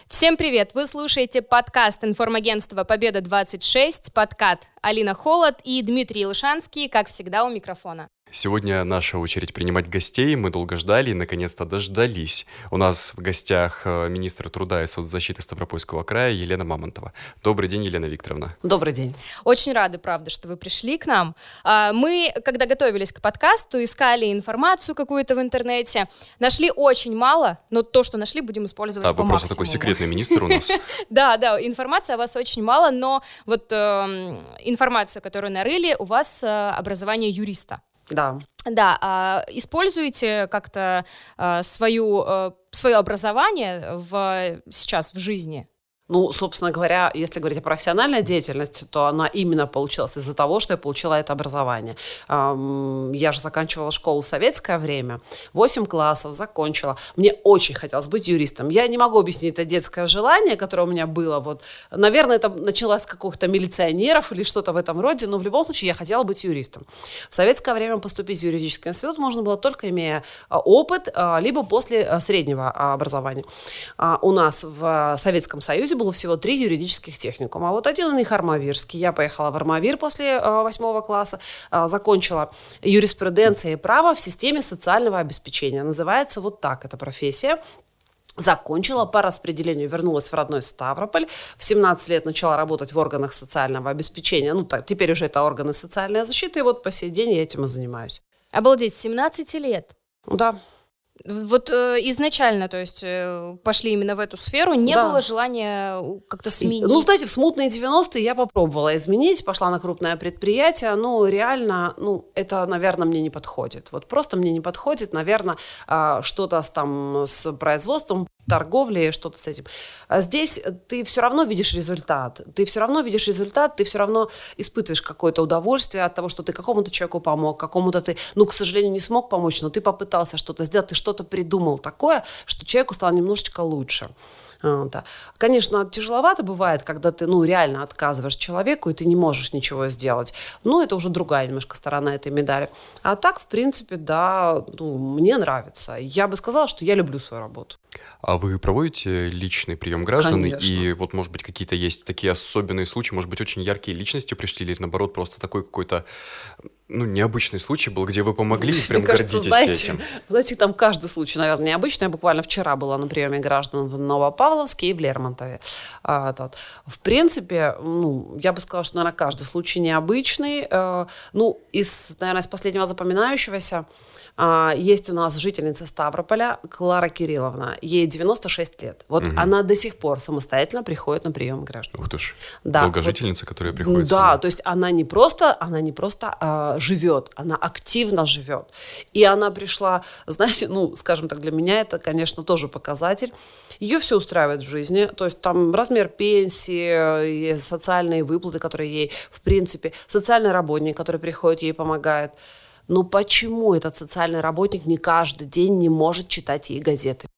Всем привет! Вы слушаете подкаст информагентства «Победа-26», подкаст Алина Холод и Дмитрий Илшанский, как всегда, у микрофона. Сегодня наша очередь принимать гостей. Мы долго ждали и наконец-то дождались. У нас в гостях министр труда и соцзащиты Ставропольского края Елена Мамонтова. Добрый день, Елена Викторовна. Добрый день. Очень рады, правда, что вы пришли к нам. Мы, когда готовились к подкасту, искали информацию какую-то в интернете. Нашли очень мало, но то, что нашли, будем использовать по максимуму. Вы просто такой секретный министр у нас. Да, информации о вас очень мало, но вот информация, которую нарыли, у вас образование юриста. Да. Да, используете как-то свое образование сейчас в жизни? Ну, собственно говоря, если говорить о профессиональной деятельности, то она именно получилась из-за того, что я получила это образование. Я же заканчивала школу в советское время, 8 классов закончила. Мне очень хотелось быть юристом. Я не могу объяснить это детское желание, которое у меня было. Вот, наверное, это началось с каких-то милиционеров или что-то в этом роде, но в любом случае я хотела быть юристом. В советское время поступить в юридический институт можно было только имея опыт, либо после среднего образования. У нас в Советском Союзе было всего 3 юридических техникума. А вот один из них Армавирский. Я поехала в Армавир после 8 класса, закончила юриспруденция и право в системе социального обеспечения. Называется вот так эта профессия. Закончила, по распределению вернулась в родной Ставрополь. В 17 лет начала работать в органах социального обеспечения. Ну, так, теперь уже это органы социальной защиты. И вот по сей день я этим и занимаюсь. Обалдеть, 17 лет? Да. Вот изначально, то есть, пошли именно в эту сферу, не было желания как-то сменить? Ну, знаете, в смутные 90-е я попробовала изменить, пошла на крупное предприятие, но реально, это, наверное, мне не подходит. Вот просто мне не подходит, наверное, что-то там с производством, торговлей, что-то с этим. А здесь ты все равно видишь результат, ты все равно испытываешь какое-то удовольствие от того, что ты какому-то человеку помог, какому-то ты, к сожалению, не смог помочь, но ты попытался что-то сделать, ты что-то придумал такое, что человеку стало немножечко лучше. Да. Конечно, тяжеловато бывает, когда ты реально отказываешь человеку, и ты не можешь ничего сделать. Но это уже другая немножко сторона этой медали. А так, в принципе, да, мне нравится. Я бы сказала, что я люблю свою работу. А вы проводите личный прием граждан? Конечно. И вот, может быть, какие-то есть такие особенные случаи, может быть, очень яркие личности пришли, или наоборот, просто такой какой-то необычный случай был, где вы помогли и прям гордитесь этим? Знаете, там каждый случай, наверное, необычный. Я буквально вчера была на приеме граждан в Новопавловске и в Лермонтове. В принципе, я бы сказала, что, наверное, каждый случай необычный. Из последнего запоминающегося есть у нас жительница Ставрополя Клара Кирилловна. Ей 96 лет. Вот она до сих пор самостоятельно приходит на прием граждан. Ух ты ж. Да, долгожительница, которая приходит. Да, то есть она не просто живет, она активно живет. И она пришла, знаете, скажем так, для меня это, конечно, тоже показатель. Ее все устраивает в жизни. То есть там размер пенсии, социальные выплаты, которые ей, в принципе, социальный работник, который приходит, ей помогает. Но почему этот социальный работник не каждый день не может читать ей газеты?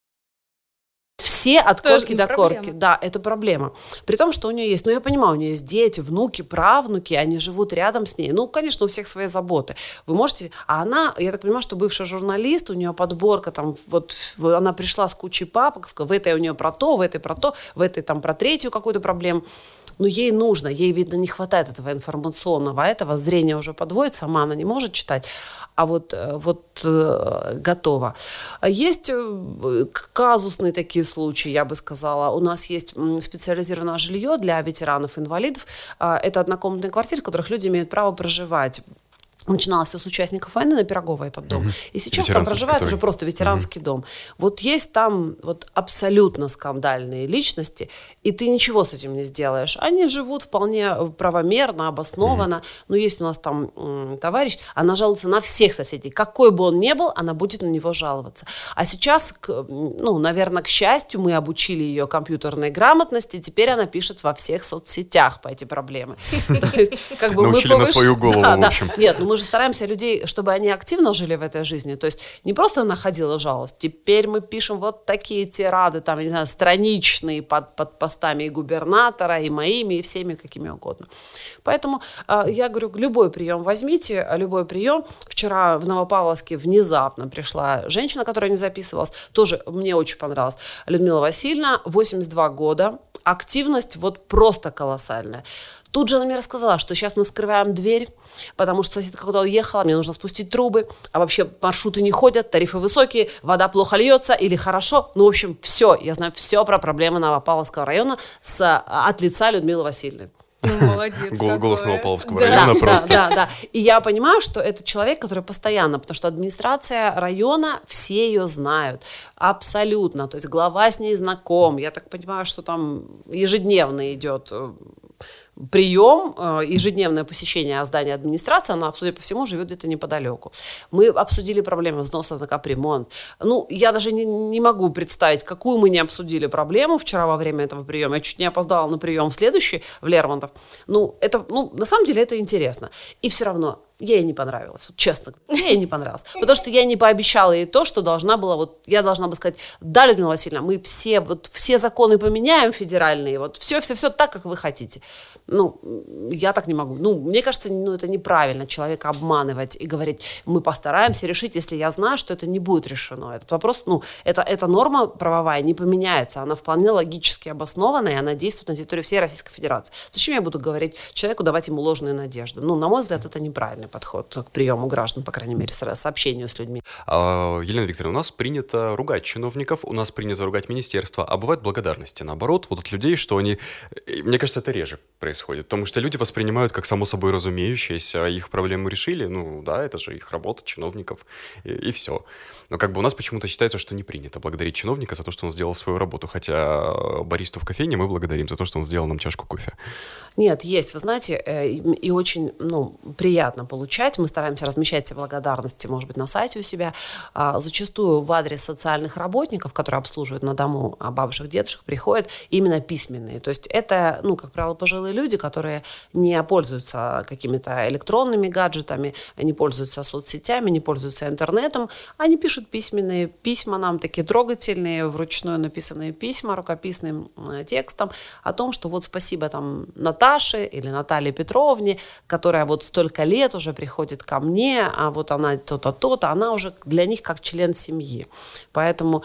Все от корки до корки. Да, это проблема. При том, что у нее есть, я понимаю, у нее есть дети, внуки, правнуки, они живут рядом с ней. Конечно, у всех свои заботы. Вы можете... А она, я так понимаю, что бывшая журналист, у нее подборка, она пришла с кучей папок, в этой у нее про то, в этой про то, в этой там про третью какую-то проблему. Но ей нужно, ей, видно, не хватает этого информационного, этого зрение уже подводит, сама она не может читать, а вот готова. Есть казусные такие случаи, я бы сказала. У нас есть специализированное жилье для ветеранов-инвалидов. Это однокомнатные квартиры, в которых люди имеют право проживать. Начиналось все с участников войны на Пирогово этот дом. И сейчас там проживает уже просто ветеранский дом. Вот есть там абсолютно скандальные личности, и ты ничего с этим не сделаешь. Они живут вполне правомерно, обоснованно. Но есть у нас там товарищ, она жалуется на всех соседей. Какой бы он ни был, она будет на него жаловаться. А сейчас, наверное, к счастью, мы обучили ее компьютерной грамотности, и теперь она пишет во всех соцсетях по эти проблемы. Научили на свою голову, в общем. Нет, мы же стараемся людей, чтобы они активно жили в этой жизни. То есть не просто находила жалость. Теперь мы пишем вот такие тирады, там, я не знаю, страничные под постами и губернатора, и моими, и всеми, какими угодно. Поэтому я говорю, любой прием возьмите, любой прием. Вчера в Новопавловске внезапно пришла женщина, которая не записывалась. Тоже мне очень понравилось. Людмила Васильевна, 82 года. Активность вот просто колоссальная. Тут же она мне рассказала, что сейчас мы вскрываем дверь, потому что соседка куда уехала, мне нужно спустить трубы, а вообще маршруты не ходят, тарифы высокие, вода плохо льется или хорошо. Ну, в общем, все. Я знаю все про проблемы Новопавловского района от лица Людмилы Васильевны. Ну, молодец. Голос Новопавловского района просто. Да. И я понимаю, что это человек, который постоянно, потому что администрация района, все ее знают. Абсолютно. То есть глава с ней знаком. Я так понимаю, что там ежедневно идет прием, ежедневное посещение здания администрации, она, судя по всему, живет где-то неподалеку. Мы обсудили проблемы взноса на капремонт. Ну, я даже не могу представить, какую мы не обсудили проблему вчера во время этого приема. Я чуть не опоздала на прием следующий в Лермонтов. На самом деле это интересно. И все равно я ей не понравилась, вот честно, ей не понравилось. Потому что я не пообещала ей то, что должна была, я должна была сказать, да, Людмила Васильевна, мы все законы поменяем федеральные, все так, как вы хотите. Я так не могу. Мне кажется, это неправильно человека обманывать и говорить, мы постараемся решить, если я знаю, что это не будет решено. Этот вопрос, эта норма правовая не поменяется, она вполне логически обоснована, и она действует на территории всей Российской Федерации. Зачем я буду говорить человеку, давать ему ложные надежды? На мой взгляд, это неправильный подход к приему граждан, по крайней мере, с общению с людьми. Елена Викторовна, у нас принято ругать чиновников, у нас принято ругать министерства, а бывают благодарности, наоборот, вот от людей, что они... Мне кажется, это реже происходит, потому что люди воспринимают как само собой разумеющееся, их проблему решили, это же их работа, чиновников, и все. Но у нас почему-то считается, что не принято благодарить чиновника за то, что он сделал свою работу, хотя баристу в кофейне мы благодарим за то, что он сделал нам чашку кофе. Нет, есть, вы знаете, и очень приятно получать. Мы стараемся размещать все благодарности, может быть, на сайте у себя. Зачастую в адрес социальных работников, которые обслуживают на дому бабушек, дедушек, приходят именно письменные. То есть это, как правило, пожилые люди, которые не пользуются какими-то электронными гаджетами, не пользуются соцсетями, не пользуются интернетом. Они пишут письменные письма нам, такие трогательные, вручную написанные письма рукописным текстом о том, что вот спасибо там Наташе или Наталье Петровне, которая вот столько лет уже приходит ко мне, а вот она то-то, то-то, она уже для них как член семьи. Поэтому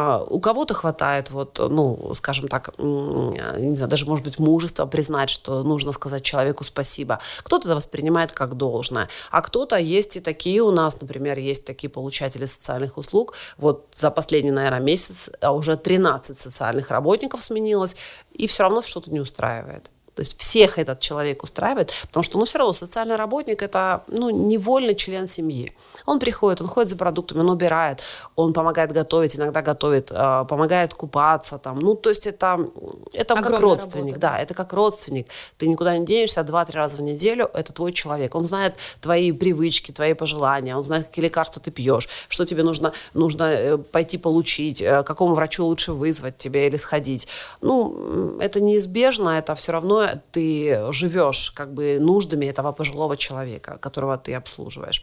у кого-то хватает скажем так, не знаю, даже, может быть, мужества признать, что нужно сказать человеку спасибо. Кто-то это воспринимает как должное, а кто-то есть и такие у нас, например, есть такие получатели социальных услуг. Вот за последний, наверное, месяц уже 13 социальных работников сменилось, и все равно что-то не устраивает. То есть всех этот человек устраивает, потому что, все равно социальный работник – это, невольный член семьи. Он приходит, он ходит за продуктами, он убирает, он помогает готовить, иногда готовит, помогает купаться, то есть это как родственник, работа. Да, это как родственник. Ты никуда не денешься, 2-3 раза в неделю – это твой человек. Он знает твои привычки, твои пожелания, он знает, какие лекарства ты пьешь, что тебе нужно пойти получить, какому врачу лучше вызвать тебе или сходить. Это неизбежно, это все равно ты живешь нуждами этого пожилого человека, которого ты обслуживаешь.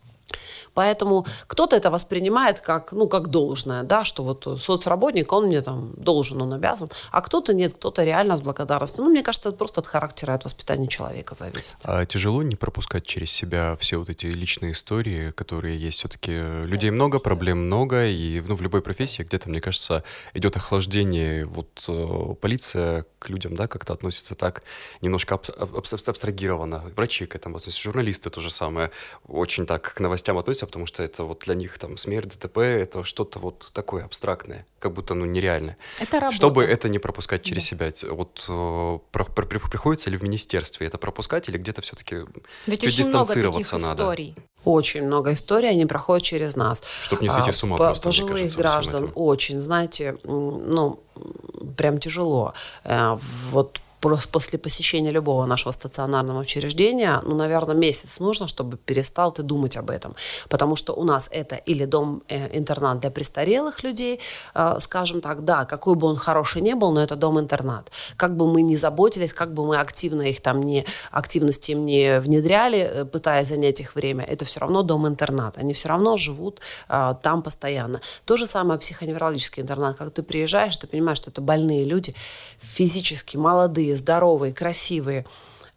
Поэтому кто-то это воспринимает как должное, да, что вот соцработник, он мне там должен, он обязан, а кто-то нет, кто-то реально с благодарностью. Мне кажется, это просто от характера, от воспитания человека зависит. А тяжело не пропускать через себя все вот эти личные истории, которые есть все-таки? Людей много, проблем много, и в любой профессии где-то, мне кажется, идет охлаждение. Вот полиция к людям, да, как-то относится так немножко абстрагированно. Врачи к этому, то есть журналисты то же самое, очень так к новостям относятся, потому что это вот для них там смерть, ДТП, это что-то вот такое абстракное, как будто нереальное. Это работа. Чтобы это не пропускать через себя, вот приходится ли в министерстве это пропускать или где-то все-таки дистанцироваться надо? Историй. Очень много историй, они проходят через нас. Чтобы не сойти с ума просто, пожилых мне кажется, граждан очень, знаете, прям тяжело. Вот после посещения любого нашего стационарного учреждения, ну, наверное, месяц нужно, чтобы перестал ты думать об этом. Потому что у нас это или дом-интернат для престарелых людей, скажем так, да, какой бы он хороший ни был, но это дом-интернат. Как бы мы ни заботились, как бы мы активно их там активности им не внедряли, пытаясь занять их время, это все равно дом-интернат. Они все равно живут там постоянно. То же самое психоневрологический интернат. Как ты приезжаешь, ты понимаешь, что это больные люди, физически молодые, здоровые, красивые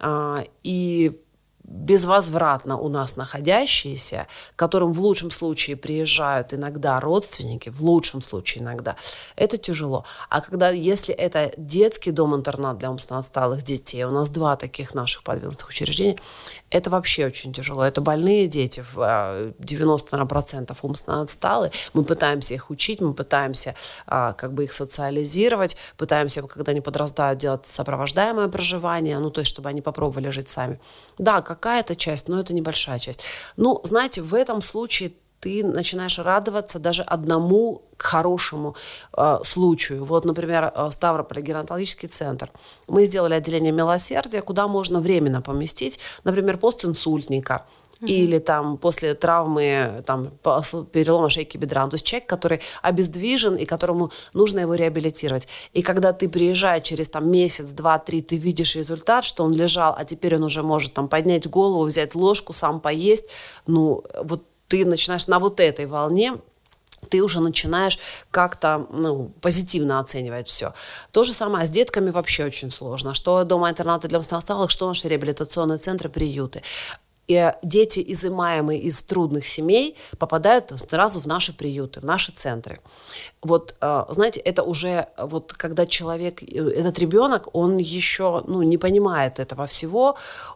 и безвозвратно у нас находящиеся, к которым в лучшем случае приезжают иногда родственники, в лучшем случае иногда, это тяжело. А если это детский дом-интернат для умственно отсталых детей, у нас 2 таких наших подведомственных учреждения, это вообще очень тяжело. Это больные дети, 90% умственно отсталые. Мы пытаемся их учить, мы пытаемся как бы их социализировать, пытаемся, когда они подрастают, делать сопровождаемое проживание, ну, то есть, чтобы они попробовали жить сами. Да, какая-то часть, но это небольшая часть. Ну, знаете, в этом случае ты начинаешь радоваться даже одному хорошему случаю. Вот, например, Ставрополь геронтологический центр. Мы сделали отделение милосердия, куда можно временно поместить, например, постинсультника, или там после травмы, там, перелома шейки бедра. То есть человек, который обездвижен и которому нужно его реабилитировать. И когда ты приезжаешь через там, месяц, 2, 3, ты видишь результат, что он лежал, а теперь он уже может там, поднять голову, взять ложку, сам поесть. Ну, вот ты начинаешь на вот этой волне, ты уже начинаешь как-то позитивно оценивать все. То же самое с детками вообще очень сложно. Что дома-интернаты для умственно отсталых, что наши реабилитационные центры, приюты. И дети, изымаемые из трудных семей, попадают сразу в наши приюты, в наши центры. Вот, знаете, это уже, вот, когда человек, этот ребенок, он еще не понимает этого всего,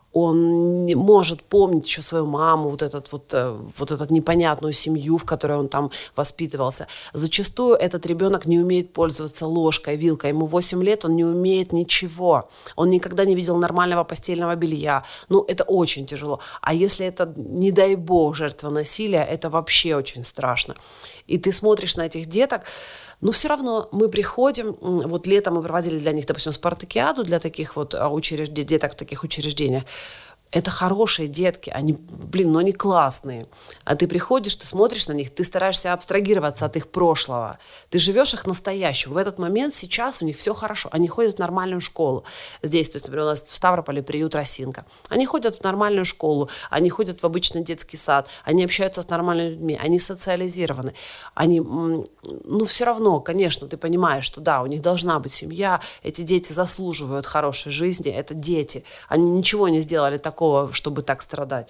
он не может помнить еще свою маму, вот эту непонятную семью, в которой он там воспитывался. Зачастую этот ребенок не умеет пользоваться ложкой, вилкой. Ему 8 лет, он не умеет ничего. Он никогда не видел нормального постельного белья. Ну, это очень тяжело. А если это, не дай бог, жертва насилия, это вообще очень страшно. И ты смотришь на этих деток, но все равно мы приходим, вот летом мы проводили для них, допустим, спартакиаду для таких вот деток в таких учреждениях. Это хорошие детки, они, но они классные. А ты приходишь, ты смотришь на них, ты стараешься абстрагироваться от их прошлого. Ты живешь их настоящим. В этот момент сейчас у них все хорошо. Они ходят в нормальную школу. Здесь, то есть, например, у нас в Ставрополе приют «Росинка». Они ходят в нормальную школу, они ходят в обычный детский сад, они общаются с нормальными людьми, они социализированы. Они, все равно, конечно, ты понимаешь, что да, у них должна быть семья, эти дети заслуживают хорошей жизни, это дети. Они ничего не сделали такого, чтобы так страдать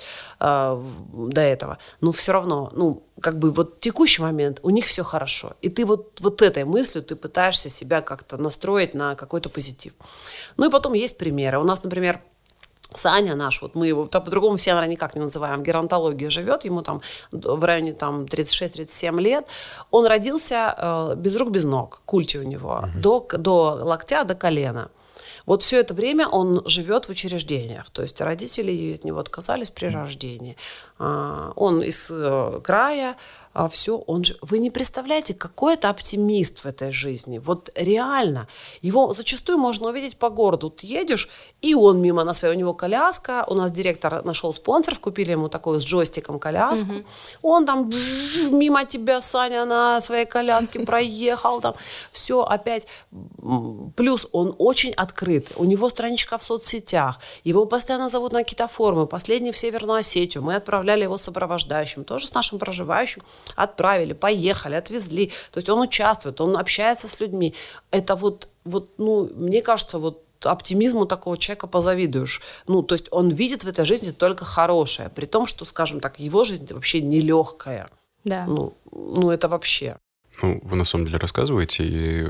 до этого. Но все равно, вот текущий момент, у них все хорошо. И ты вот этой мыслью ты пытаешься себя как-то настроить на какой-то позитив. Ну и потом есть примеры. У нас, например, Саня наш, вот мы его по-другому все, наверное, никак не называем, геронтология живет, ему там в районе 36-37 лет. Он родился без рук, без ног, культи у него, до локтя, до колена. Вот все это время он живет в учреждениях, то есть родители от него отказались при рождении. Он из края, все, он же... Вы не представляете, какой это оптимист в этой жизни. Вот реально. Его зачастую можно увидеть по городу. Ты едешь, и он мимо на своей, у него коляска. У нас директор нашел спонсоров, купили ему такую с джойстиком коляску. Он там мимо тебя, Саня, на своей коляске проехал. Там. Все опять. Плюс он очень открыт. У него страничка в соцсетях. Его постоянно зовут на какие-то форумы. Последний в Северную Осетию. Мы отправляли его сопровождающим. Тоже с нашим проживающим. Отправили, поехали, отвезли. То есть он участвует, он общается с людьми. Это мне кажется, оптимизму такого человека позавидуешь. То есть он видит в этой жизни только хорошее, при том, что, скажем так, его жизнь вообще нелегкая. Да. Это вообще. Вы на самом деле рассказываете, и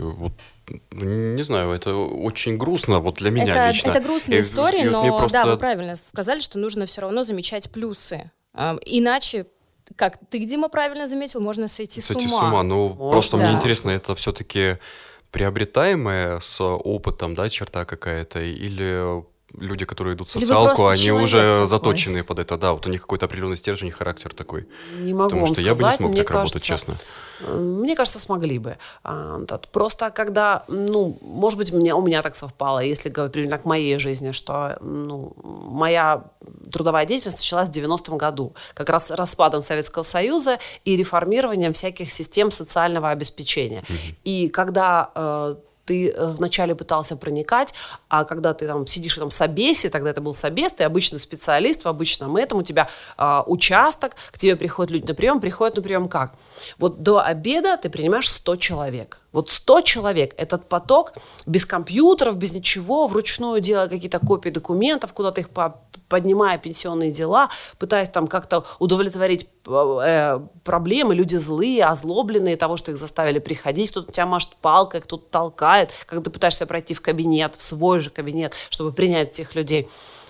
не знаю, это очень грустно для меня лично. Это грустная история, но да, вы правильно сказали, что нужно все равно замечать плюсы. Иначе, как ты, Дима, правильно заметил, можно сойти с ума. Просто мне интересно, это все-таки приобретаемая с опытом, да, черта какая-то, или люди, которые идут в Либо социалку, просто они человек уже такой. заточены под это, да, вот у них какой-то определенный стержень и характер такой. Не могу Потому вам что я бы не сказать, смог мне так работать, кажется, честно. Мне кажется, смогли бы. Просто когда, может быть, у меня так совпало, если говорить примерно к моей жизни, что моя трудовая деятельность началась в 90-м году, как раз распадом Советского Союза и реформированием всяких систем социального обеспечения. И когда ты вначале пытался проникать, а когда ты там сидишь в собесе, тогда это был собес, ты обычный специалист в обычном этом, у тебя участок, к тебе приходят люди приходят на прием как? Вот до обеда ты принимаешь 100 человек. Вот 100 человек, этот поток, без компьютеров, без ничего, вручную делая какие-то копии документов, куда-то их поднимая пенсионные дела, пытаясь там как-то удовлетворить проблемы, люди злые, озлобленные того, что их заставили приходить, кто-то тебя машет палкой, кто-то толкает, когда ты пытаешься пройти в кабинет, в свой же кабинет, чтобы принять этих людей.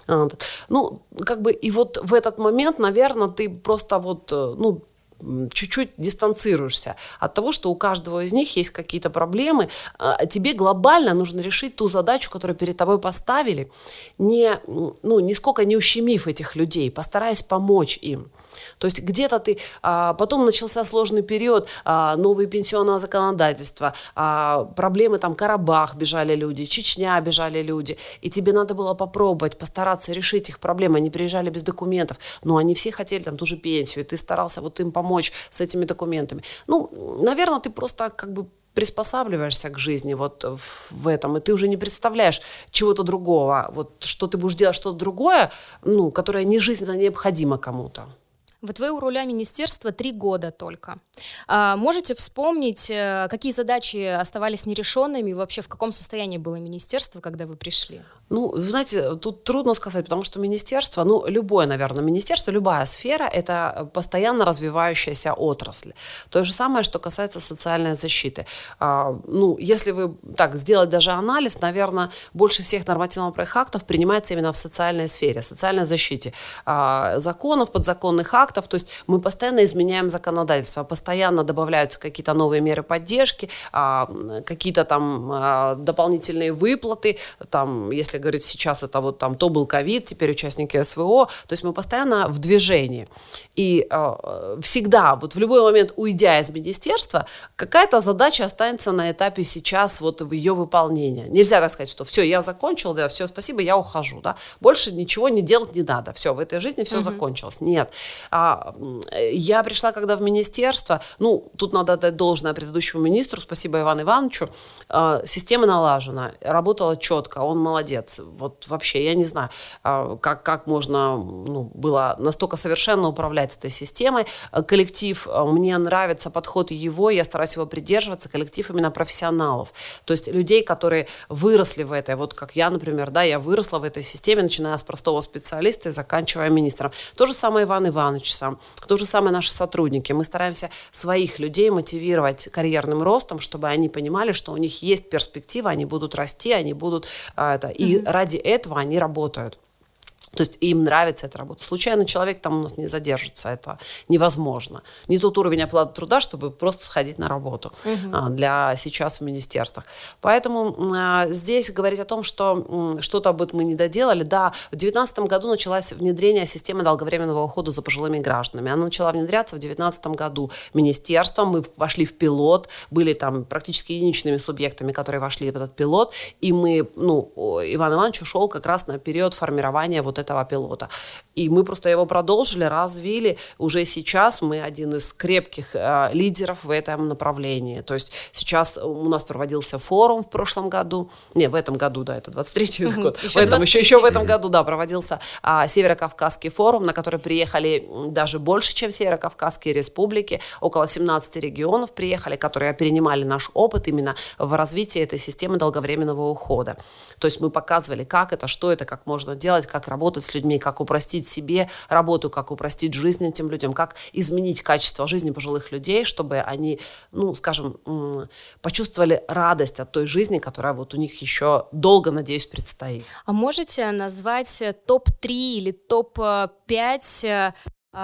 И вот в этот момент, наверное, ты просто чуть-чуть дистанцируешься от того, что у каждого из них есть какие-то проблемы. Тебе глобально нужно решить ту задачу, которую перед тобой поставили, нисколько не ущемив этих людей, постараясь помочь им. То есть где-то ты... Потом начался сложный период, новые пенсионное законодательство, проблемы Карабах бежали люди, Чечня бежали люди, и тебе надо было попробовать, постараться решить их проблемы. Они приезжали без документов, но они все хотели ту же пенсию, и ты старался им помочь с этими документами. Наверное, ты просто приспосабливаешься к жизни в этом, и ты уже не представляешь чего-то другого, что ты будешь делать что-то другое, которое не жизненно необходимо кому-то. Вот вы у руля министерства 3 года только. Можете вспомнить, какие задачи оставались нерешенными и вообще в каком состоянии было министерство, когда вы пришли? Вы знаете, тут трудно сказать, потому что министерство, любое, наверное, министерство, любая сфера – это постоянно развивающаяся отрасль. То же самое, что касается социальной защиты. Если вы сделать даже анализ, наверное, больше всех нормативно-правовых актов принимается именно в социальной сфере, социальной защите. Законов, подзаконных актов, то есть мы постоянно изменяем законодательство, постоянно добавляются какие-то новые меры поддержки, какие-то дополнительные выплаты, если говорить сейчас, это то был ковид, теперь участники СВО, то есть мы постоянно в движении. И всегда, в любой момент, уйдя из министерства, какая-то задача останется на этапе сейчас в ее выполнении. Нельзя так сказать, что все, я закончил, да, все, спасибо, я ухожу, да, больше ничего не делать не надо, все, в этой жизни все закончилось. Нет. Я пришла, когда в министерство, тут надо отдать должное предыдущему министру, спасибо Ивану Ивановичу, система налажена, работала четко, он молодец. Вообще, я не знаю, как можно было настолько совершенно управлять этой системой. Коллектив, мне нравится подход его, я стараюсь его придерживаться, коллектив именно профессионалов. То есть людей, которые выросли в этой, как я, например, я выросла в этой системе, начиная с простого специалиста и заканчивая министром. То же самое Иван Иванович сам, то же самое наши сотрудники. Мы стараемся своих людей мотивировать карьерным ростом, чтобы они понимали, что у них есть перспектива, они будут расти, они будут и ради этого они работают. То есть им нравится эта работа. Случайно человек там у нас не задержится, это невозможно. Не тот уровень оплаты труда, чтобы просто сходить на работу для сейчас в министерствах. Поэтому здесь говорить о том, что что-то мы не доделали, да, в 2019 году началось внедрение системы долговременного ухода за пожилыми гражданами. Она начала внедряться в 2019 году министерством, мы вошли в пилот, были практически единичными субъектами, которые вошли в этот пилот, и мы, Иван Иванович ушел как раз на период формирования этого пилота. И мы просто его продолжили, развили. Уже сейчас мы один из крепких лидеров в этом направлении. То есть сейчас у нас проводился форум в прошлом году. В этом году, да, это 23-й год. Еще в этом году, да, проводился Северо-Кавказский форум, на который приехали даже больше, чем Северо-Кавказские республики. Около 17 регионов приехали, которые перенимали наш опыт именно в развитии этой системы долговременного ухода. То есть мы показывали, как это, что это, как можно делать, как работать с людьми, как упростить себе работу, как упростить жизнь этим людям, как изменить качество жизни пожилых людей, чтобы они, почувствовали радость от той жизни, которая у них еще долго, надеюсь, предстоит. А можете назвать топ-3 или топ-5,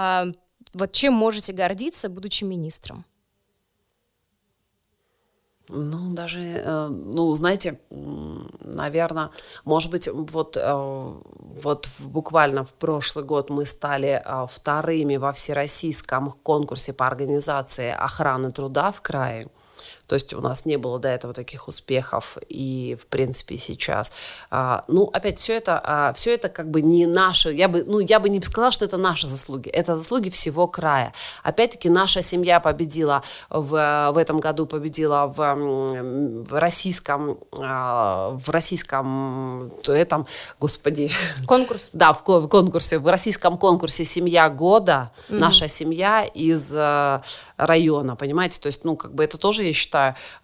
чем можете гордиться, будучи министром? Знаете, наверное, может быть, вот буквально в прошлый год мы стали вторыми во всероссийском конкурсе по организации охраны труда в крае. То есть у нас не было до этого таких успехов, и, в принципе, сейчас. Опять, все это как бы не наши, я бы не сказала, что это наши заслуги, это заслуги всего края. Опять-таки, наша семья победила в этом году, в российском конкурс. Да, в российском конкурсе «Семья года», наша семья из района, понимаете, то есть, это тоже, я считаю,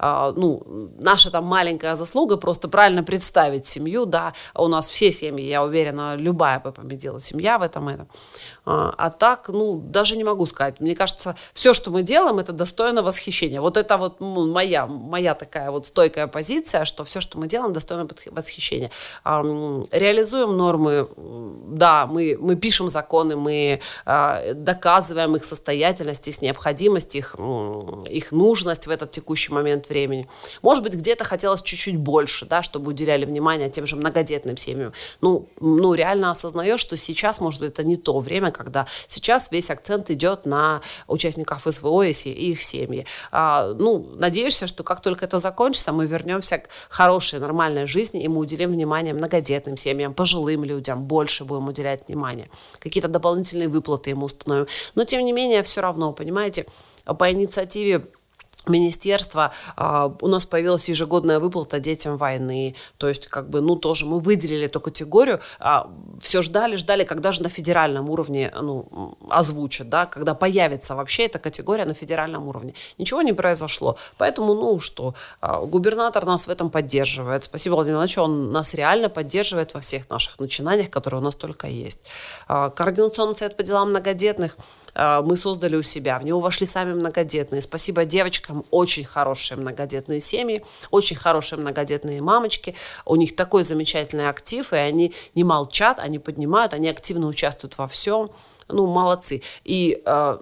наша там маленькая заслуга, просто правильно представить семью, да, у нас все семьи, я уверена, любая бы победила семья в этом. А так, даже не могу сказать. Мне кажется, все, что мы делаем, это достойно восхищения. Вот это вот моя такая вот стойкая позиция, что все, что мы делаем, достойно восхищения. Реализуем нормы, да, мы пишем законы, мы доказываем их состоятельность, их необходимость, их нужность в этот текущий момент времени. Может быть, где-то хотелось чуть-чуть больше, да, чтобы уделяли внимание тем же многодетным семьям. Реально осознаешь, что сейчас, может быть, это не то время, когда сейчас весь акцент идет на участников СВО и их семьи. Надеешься, что как только это закончится, мы вернемся к хорошей, нормальной жизни, и мы уделим внимание многодетным семьям, пожилым людям, больше будем уделять внимание. Какие-то дополнительные выплаты ему установим. Но, тем не менее, все равно, понимаете, по инициативе министерства у нас появилась ежегодная выплата детям войны, то есть тоже мы выделили эту категорию, все ждали, когда же на федеральном уровне озвучат, да, когда появится вообще эта категория на федеральном уровне. Ничего не произошло, поэтому губернатор нас в этом поддерживает. Спасибо, Владимир Владимирович, он нас реально поддерживает во всех наших начинаниях, которые у нас только есть. Координационный совет по делам многодетных мы создали у себя. В него вошли сами многодетные. Спасибо девочкам. Очень хорошие многодетные семьи, очень хорошие многодетные мамочки. У них такой замечательный актив, и они не молчат, они поднимают, они активно участвуют во всем. Молодцы. И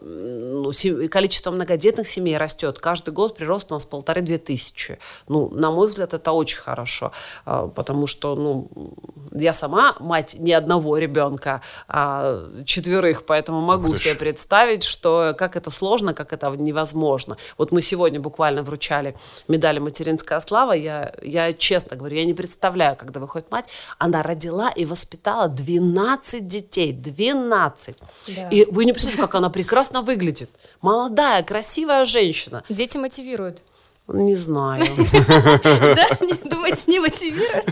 количество многодетных семей растет. Каждый год прирост у нас 1500-2000. На мой взгляд, это очень хорошо. Потому что, я сама мать не одного ребенка, а 4, поэтому могу себе представить, как это сложно, как это невозможно. Вот мы сегодня буквально вручали медали «Материнская слава». Я честно говорю, я не представляю, когда выходит мать, она родила и воспитала 12 детей. 12. Да. И вы не представляете, как она прекрасно выглядит. Молодая, красивая женщина. Дети мотивируют. Не знаю. Да? Думаете, не мотивируют?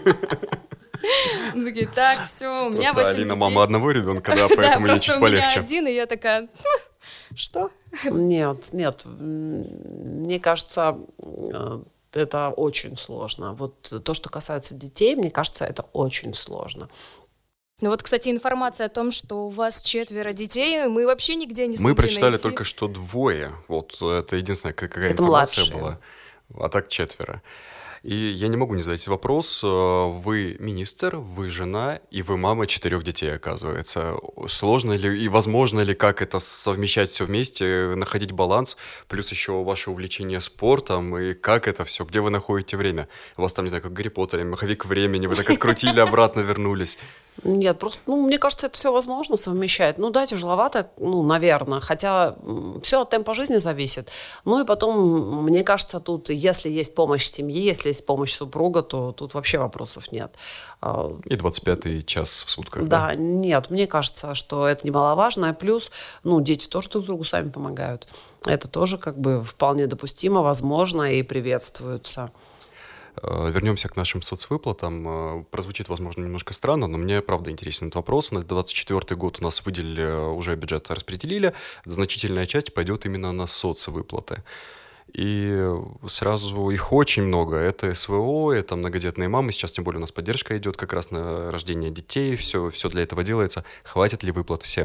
Такие, так, все, у меня 8 детей. Алина мама одного ребенка, да, поэтому ей чуть полегче. Да, просто у меня один, и я такая, что? Нет, мне кажется, это очень сложно. Вот то, что касается детей, мне кажется, это очень сложно. Кстати, информация о том, что у вас 4 детей, мы вообще нигде не смогли Мы прочитали найти. только что 2. Вот это единственная какая это информация младшие. была. А так 4. И я не могу не задать вопрос. Вы министр, вы жена, и вы мама 4 детей, оказывается. Сложно ли и возможно ли как это совмещать все вместе, находить баланс, плюс еще ваше увлечение спортом, и как это все, где вы находите время? У вас там, не знаю, как в Гарри Поттере, маховик времени, вы так открутили, обратно вернулись. Нет, просто, мне кажется, это все возможно совмещать. Да, тяжеловато, наверное, хотя все от темпа жизни зависит. И потом, мне кажется, тут, если есть помощь семьи, если есть помощь супруга, то тут вообще вопросов нет. И 25-й час в сутках, да? Нет, мне кажется, что это немаловажно. И плюс, дети тоже друг другу сами помогают. Это тоже вполне допустимо, возможно и приветствуется. Вернемся к нашим соцвыплатам. Прозвучит, возможно, немножко странно, но мне, правда, интересен этот вопрос. На 2024 год у нас выделили, уже бюджет распределили. Значительная часть пойдет именно на соцвыплаты. И сразу их очень много. Это СВО, это многодетные мамы. Сейчас, тем более, у нас поддержка идет как раз на рождение детей. Все для этого делается. Хватит ли выплат всем?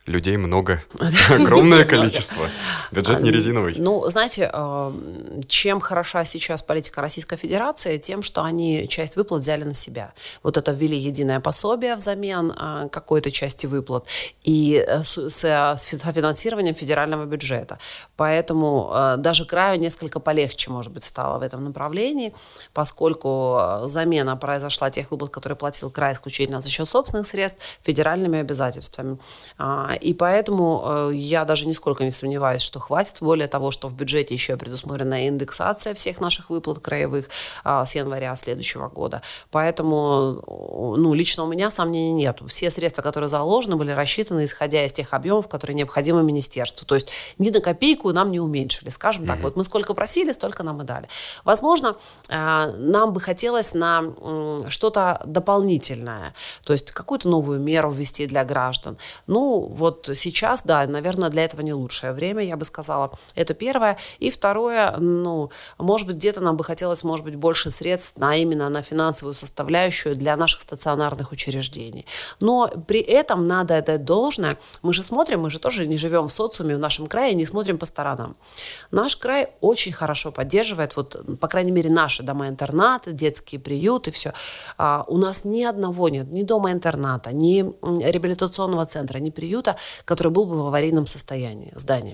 Людей много, огромное количество. Бюджет не резиновый. Ну, знаете, чем хороша сейчас политика Российской Федерации, тем, что они часть выплат взяли на себя. Вот это ввели единое пособие взамен какой-то части выплат и с финансированием федерального бюджета. Поэтому даже краю несколько полегче, может быть, стало в этом направлении, поскольку замена произошла тех выплат, которые платил край исключительно за счет собственных средств, федеральными обязательствами. И поэтому я даже нисколько не сомневаюсь, что хватит. Более того, что в бюджете еще предусмотрена индексация всех наших выплат краевых с января следующего года. Поэтому лично у меня сомнений нет. Все средства, которые заложены, были рассчитаны, исходя из тех объемов, которые необходимы министерству. То есть ни на копейку нам не уменьшили. Скажем так, вот мы сколько просили, столько нам и дали. Возможно, нам бы хотелось на что-то дополнительное, то есть какую-то новую меру ввести для граждан. Вот сейчас, да, наверное, для этого не лучшее время, я бы сказала. Это первое. И второе, может быть, где-то нам бы хотелось, может быть, больше средств именно на финансовую составляющую для наших стационарных учреждений. Но при этом надо отдать должное. Мы же тоже не живем в социуме в нашем крае, не смотрим по сторонам. Наш край очень хорошо поддерживает, по крайней мере, наши дома-интернаты, детские приюты, все. У нас ни одного нет, ни дома-интерната, ни реабилитационного центра, ни приюта, который был бы в аварийном состоянии, здания.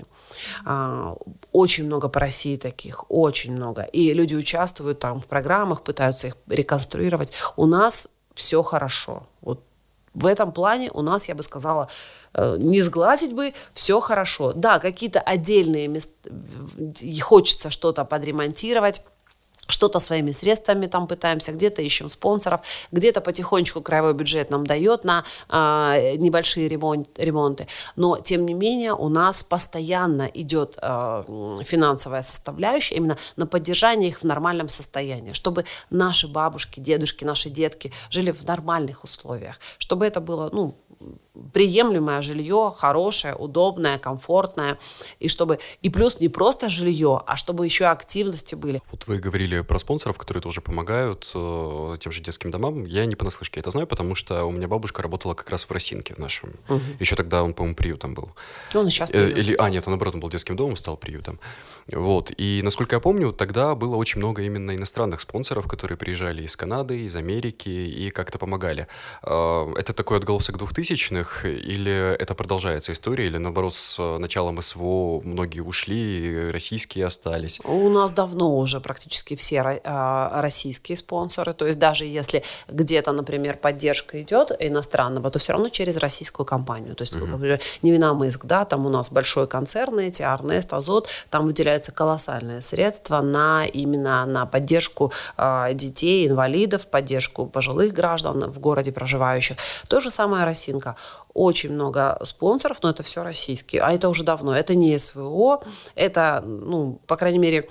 Очень много по России таких, очень много. И люди участвуют там в программах, пытаются их реконструировать. У нас все хорошо. Вот в этом плане у нас, я бы сказала, не сглазить бы, все хорошо. Да, какие-то отдельные места, хочется что-то подремонтировать, что-то своими средствами там пытаемся, где-то ищем спонсоров, где-то потихонечку краевой бюджет нам дает на небольшие ремонты. Но, тем не менее, у нас постоянно идет финансовая составляющая именно на поддержание их в нормальном состоянии, чтобы наши бабушки, дедушки, наши детки жили в нормальных условиях, чтобы это было, приемлемое жилье, хорошее, удобное, комфортное, и плюс не просто жилье, а чтобы еще активности были. Вот вы говорили про спонсоров, которые тоже помогают тем же детским домам. Я не понаслышке это знаю, потому что у меня бабушка работала как раз в Росинке в нашем. Еще тогда он, по-моему, приютом был. Он и сейчас приют. Нет, он, наоборот, он был детским домом, стал приютом. Вот. И, насколько я помню, тогда было очень много именно иностранных спонсоров, которые приезжали из Канады, из Америки и как-то помогали. Это такой отголосок 2000-х, или это продолжается история, или, наоборот, с началом СВО многие ушли, российские остались? У нас давно уже практически все российские спонсоры, то есть даже если где-то, например, поддержка идет иностранного, то все равно через российскую компанию. То есть, например, Невиномыск, да, там у нас большой концерн, эти Арнест, Азот, там выделяются колоссальные средства именно на поддержку детей, инвалидов, поддержку пожилых граждан в городе проживающих. То же самое Росинка. Очень много спонсоров, но это все российские. А это уже давно. Это не СВО, это, по крайней мере,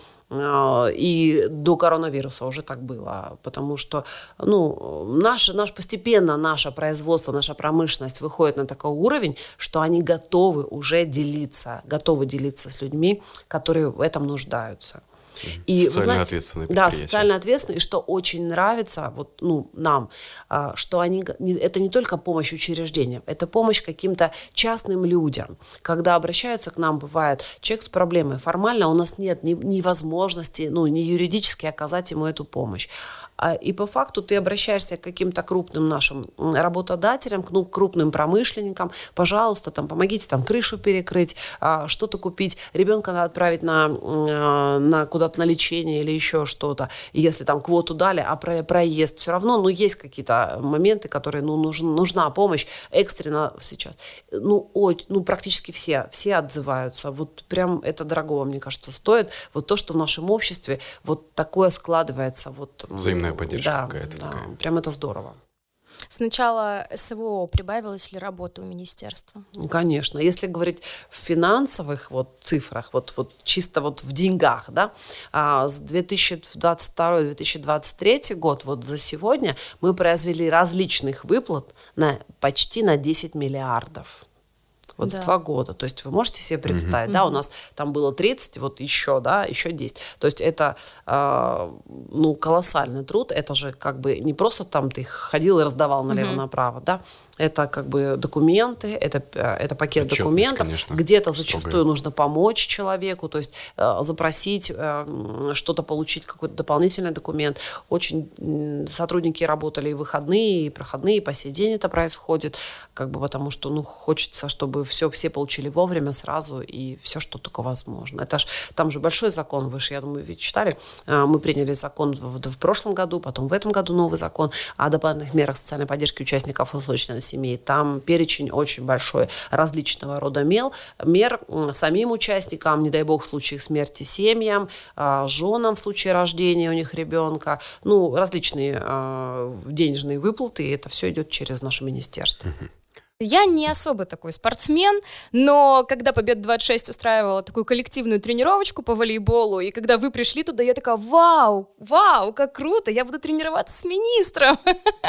и до коронавируса уже так было, потому что постепенно наше производство, наша промышленность выходит на такой уровень, что они готовы уже делиться с людьми, которые в этом нуждаются. И, социально ответственные предприятия. Да, социально ответственные. И что очень нравится нам, что это не только помощь учреждениям, это помощь каким-то частным людям. Когда обращаются к нам, бывает, человек с проблемой, формально у нас нет ни возможности, ни юридически оказать ему эту помощь. И по факту ты обращаешься к каким-то крупным нашим работодателям, к крупным промышленникам, пожалуйста, помогите крышу перекрыть, что-то купить, ребенка надо отправить на куда-то на лечение или еще что-то. И если квоту дали, а проезд все равно, есть какие-то моменты, которые нужна помощь экстренно сейчас. Практически все отзываются. Вот прям это дорогого, мне кажется, стоит. Вот то, что в нашем обществе вот такое складывается. Взаимная поддержка какая-то. Да, такая. прям это здорово. С начала СВО прибавилась ли работа у министерства? Конечно. Если говорить в финансовых цифрах, чисто в деньгах, да, с 2022-2023 год, за сегодня мы произвели различных выплат почти на 10 миллиардов. Вот за 2 года. То есть вы можете себе представить, да, у нас там было 30, вот еще 10. То есть это, колоссальный труд. Это же как бы не просто там ты ходил и раздавал налево-направо, да. Это как бы документы, это пакет отчетность, документов. Конечно, где-то строгая. зачастую нужно помочь человеку, то есть запросить что-то, получить какой-то дополнительный документ. Очень сотрудники работали и выходные, и проходные, и по сей день это происходит, как бы потому что хочется, чтобы все получили вовремя сразу и все, что только возможно. Это там же большой закон, вы же, я думаю, вы читали, мы приняли закон в прошлом году, потом в этом году новый закон о дополнительных мерах социальной поддержки участников инфлуенсерных семей. Там перечень очень большой различного рода мер самим участникам, не дай бог, в случае их смерти семьям, женам в случае рождения у них ребенка, различные денежные выплаты, и это все идет через наше министерство. Я не особо такой спортсмен, но когда Победа-26 устраивала такую коллективную тренировочку по волейболу, и когда вы пришли туда, я такая: вау, как круто, я буду тренироваться с министром.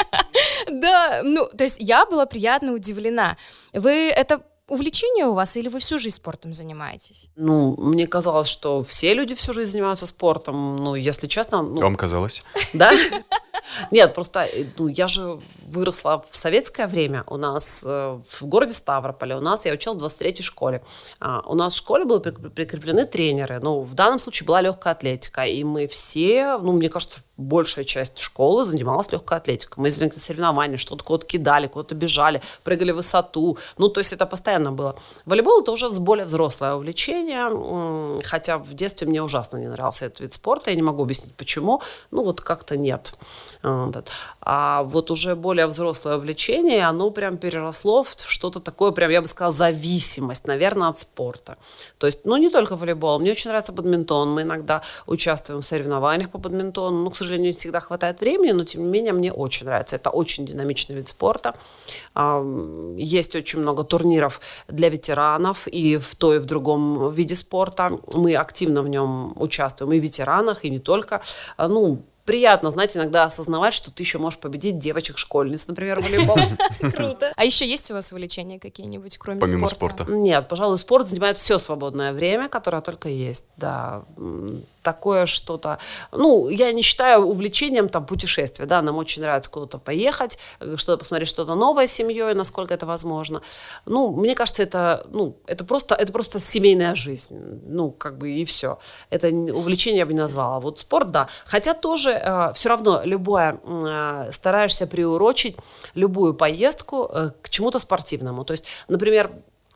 Да, то есть я была приятно удивлена. Это увлечение у вас, или вы всю жизнь спортом занимаетесь? Мне казалось, что все люди всю жизнь занимаются спортом, если честно. Вам казалось? Да? Нет, просто я же выросла в советское время. У нас в городе Ставрополе, я училась в 23-й школе. У нас в школе были прикреплены тренеры. В данном случае была легкая атлетика. И мы все, мне кажется, большая часть школы занималась легкой атлетикой. Мы ездили на соревнования, что-то куда-то кидали, куда-то бежали, прыгали в высоту. То есть это постоянно было. Волейбол — это уже более взрослое увлечение, хотя в детстве мне ужасно не нравился этот вид спорта. Я не могу объяснить, почему. Как-то нет. А вот уже более взрослое увлечение, оно прям переросло в что-то такое, прям, я бы сказала, зависимость, наверное, от спорта. То есть, не только волейбол. Мне очень нравится бадминтон. Мы иногда участвуем в соревнованиях по бадминтону. К сожалению, не всегда хватает времени, но, тем не менее, мне очень нравится. Это очень динамичный вид спорта. Есть очень много турниров для ветеранов и в той, и в другом виде спорта. Мы активно в нем участвуем и в ветеранах, и не только. Приятно, знаете, иногда осознавать, что ты еще можешь победить девочек-школьниц, например, в волейболе. Круто. А еще есть у вас увлечения какие-нибудь, кроме Помимо спорта? Нет, пожалуй, спорт занимает все свободное время, которое только есть, да. Такое что-то... я не считаю увлечением путешествия, да, нам очень нравится куда-то поехать, что-то посмотреть, что-то новое с семьей, насколько это возможно. Мне кажется, это просто семейная жизнь, и все. Это увлечение я бы не назвала. А вот спорт, да. Хотя тоже все равно стараешься приурочить любую поездку к чему-то спортивному. То есть, например,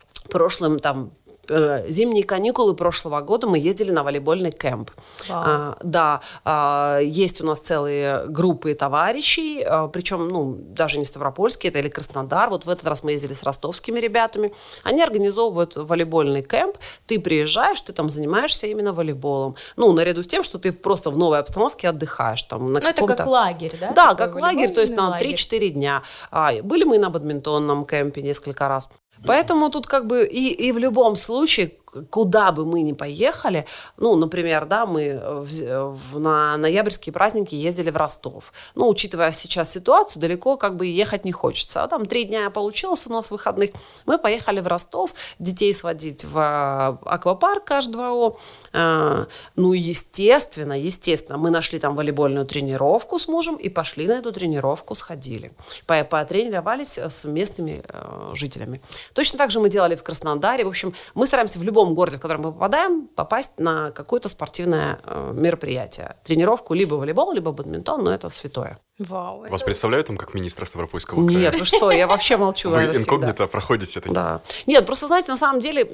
зимние каникулы прошлого года мы ездили на волейбольный кемп. Есть у нас целые группы товарищей, причем, даже не ставропольские, это или Краснодар. Вот в этот раз мы ездили с ростовскими ребятами. Они организовывают волейбольный кемп. Ты приезжаешь, ты там занимаешься именно волейболом. Наряду с тем, что ты просто в новой обстановке отдыхаешь. Это как лагерь, да? Да, как лагерь, то есть на 3-4 дня. Были мы на бадминтонном кемпе несколько раз. Поэтому тут и в любом случае, куда бы мы ни поехали, например, да, мы на ноябрьские праздники ездили в Ростов. Учитывая сейчас ситуацию, далеко ехать не хочется. 3 дня получилось у нас выходных. Мы поехали в Ростов, детей сводить в аквапарк H2O. Естественно, мы нашли там волейбольную тренировку с мужем и пошли на эту тренировку, сходили. Потренировались с местными жителями. Точно так же мы делали в Краснодаре. В общем, мы стараемся в любом городе, в который мы попадаем, попасть на какое-то спортивное мероприятие. Тренировку либо волейбол, либо бадминтон, но это святое. Вау. Вас представляют там как министра Ставропольского края? Нет, вы что, я вообще молчу. Вы инкогнито проходите это? Да. Нет, просто, знаете, на самом деле,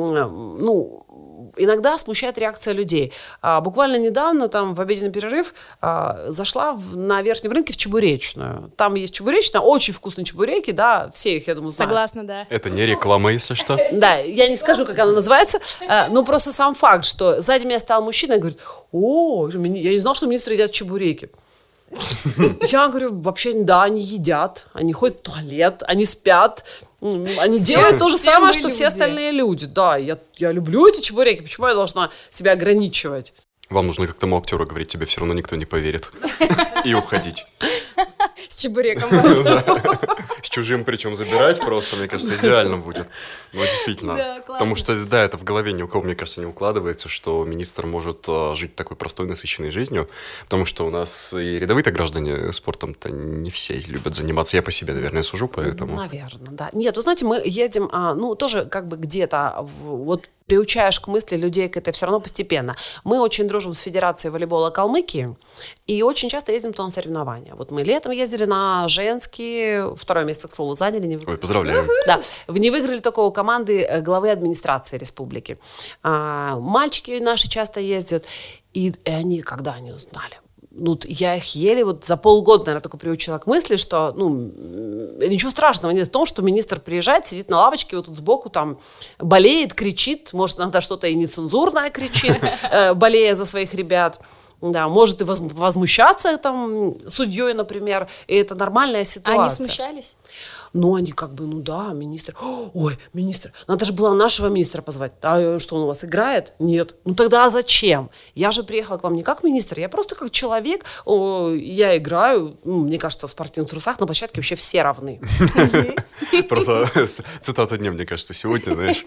иногда смущает реакция людей. Буквально недавно, в обеденный перерыв, зашла на Верхнем рынке в чебуречную. Там есть чебуречная, очень вкусные чебуреки, да, все их, я думаю, знают. Согласна, да. Это не реклама, если что. Да, я не скажу, как она называется, но просто сам факт, что сзади меня стоял мужчина и говорит: я не знал, что министры едят чебуреки. Я говорю, вообще, да, они едят, они ходят в туалет, они спят, они делают то же самое, что все остальные люди. Да, я люблю эти чебуреки, почему я должна себя ограничивать? Вам нужно как тому актеру говорить, тебе все равно никто не поверит. И уходить. С чебуреком. С с чужим причем забирать просто, мне кажется, идеально будет. Ну, действительно. Да, классно. Потому что, да, это в голове ни у кого, мне кажется, не укладывается, что министр может жить такой простой, насыщенной жизнью, потому что у нас и рядовые-то граждане спортом-то не все любят заниматься. Я по себе, наверное, сужу, поэтому... Наверное, да. Нет, вы знаете, мы едем, тоже как бы где-то, вот приучаешь к мысли людей к этой все равно постепенно. Мы очень дружим с Федерацией волейбола Калмыкии и очень часто ездим туда на соревнования. Вот мы летом ездили на женские, 2 место, к слову, заняли. Ой, поздравляю. Да, не выиграли только у команды главы администрации республики. Мальчики наши часто ездят, и они, когда они узнали, я их еле за полгода, наверное, только приучила к мысли, что, ничего страшного нет в том, что министр приезжает, сидит на лавочке, вот тут сбоку там болеет, кричит, может, иногда что-то и нецензурное кричит, болея за своих ребят. Да, может и возмущаться там судьей, например, и это нормальная ситуация. Они смущались? Они да, министр. Ой, министр, надо же было нашего министра позвать. А что, он у вас играет? Нет. Тогда зачем? Я же приехала к вам не как министр, я просто как человек. Я играю, мне кажется, в спортивных трусах на площадке вообще все равны. Просто цитата дня, мне кажется, сегодня, знаешь...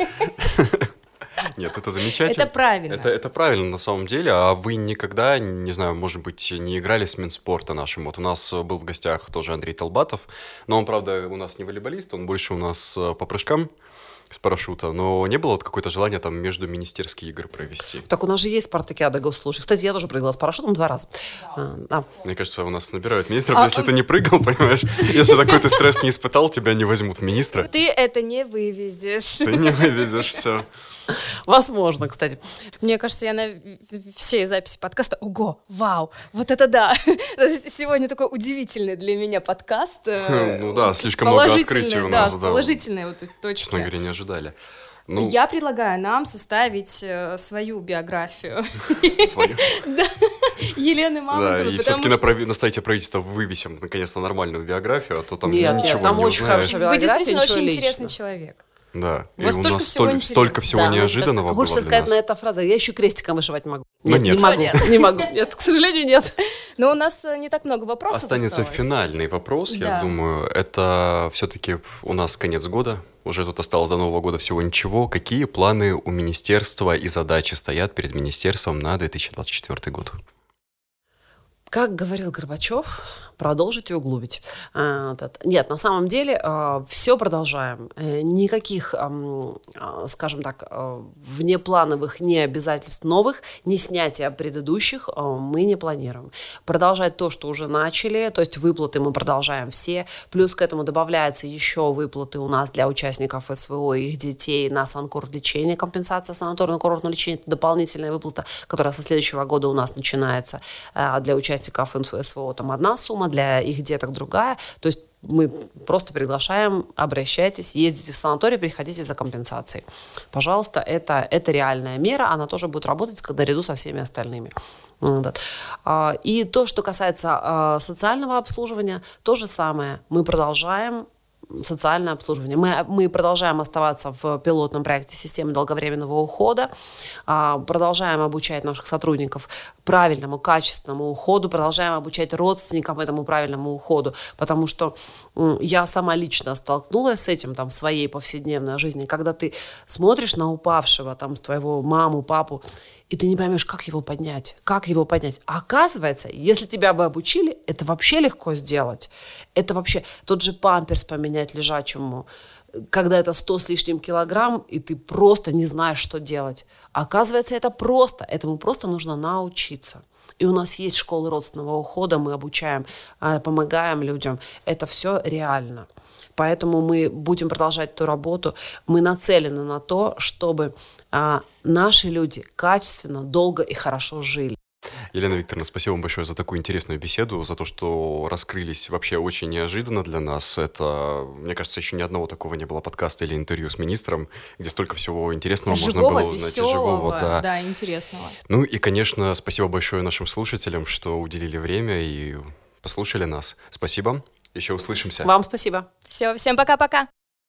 Нет, это замечательно. Это правильно. Это правильно на самом деле. А вы никогда, не знаю, может быть, не играли с Минспорта нашим? Вот у нас был в гостях тоже Андрей Толбатов, но он, правда, у нас не волейболист, он больше у нас по прыжкам с парашюта, но не было какое-то желание там между министерские игры провести? Так у нас же есть спартакиада госслужащих. Кстати, я тоже прыгала с парашютом 2 раза. Мне кажется, у нас набирают министров, если ты не прыгал, понимаешь? Если такой ты стресс не испытал, тебя не возьмут в министра. Ты это не вывезешь. Ты не вывезешь, все. Возможно, кстати. Мне кажется, я на всей записи подкаста ого, вау, вот это да. Сегодня такой удивительный для меня подкаст. Слишком много открытий у нас. Да, с положительной вот точки. Честно говоря, не ожидали. Я предлагаю нам составить свою биографию. Свою? Да, Елены Мамонтовой. Да, и все-таки на сайте правительства вывесим наконец-то нормальную биографию, а то там ничего не узнаешь. Там очень хорошая биография. Вы действительно очень интересный человек. Да, у вас и у нас столько всего неожиданного было хочется для нас. сказать на эту фразу, я еще крестиком вышивать могу. Нет. Не могу. Нет, к сожалению, нет. Но у нас не так много вопросов Останется финальный вопрос, я думаю. Это все-таки у нас конец года. Уже тут осталось до Нового года всего ничего. Какие планы у министерства и задачи стоят перед министерством на 2024 год? Как говорил Горбачев, продолжить и углубить. Нет, на самом деле все продолжаем. Никаких, скажем так, внеплановых ни обязательств новых, ни снятия предыдущих мы не планируем. Продолжать то, что уже начали, то есть выплаты мы продолжаем все. Плюс к этому добавляются еще выплаты у нас для участников СВО и их детей на санкур-лечение, компенсация санаторно-курортного лечения. Это дополнительная выплата, которая со следующего года у нас начинается. Для участников СВО там одна сумма, для их деток другая. То есть мы просто приглашаем, обращайтесь, ездите в санаторий, приходите за компенсацией. Пожалуйста, это реальная мера, она тоже будет работать наряду со всеми остальными. И то, что касается социального обслуживания, то же самое. Мы продолжаем социальное обслуживание. Мы продолжаем оставаться в пилотном проекте системы долговременного ухода, продолжаем обучать наших сотрудников правильному, качественному уходу, продолжаем обучать родственникам этому правильному уходу, потому что я сама лично столкнулась с этим в своей повседневной жизни, когда ты смотришь на упавшего, твоего маму, папу, и ты не поймешь, как его поднять. А оказывается, если тебя бы обучили, это вообще легко сделать. Это вообще тот же памперс поменять лежачему, когда это 100 с лишним килограмм, и ты просто не знаешь, что делать. Оказывается, это просто. Этому просто нужно научиться. И у нас есть школы родственного ухода, мы обучаем, помогаем людям. Это все реально. Поэтому мы будем продолжать эту работу. Мы нацелены на то, чтобы наши люди качественно, долго и хорошо жили. Елена Викторовна, спасибо вам большое за такую интересную беседу, за то, что раскрылись вообще очень неожиданно для нас. Это, мне кажется, еще ни одного такого не было подкаста или интервью с министром, где столько всего интересного можно было узнать. Живого, да, интересного. Ну и, конечно, спасибо большое нашим слушателям, что уделили время и послушали нас. Спасибо. Еще услышимся. Вам спасибо. Все, всем пока-пока.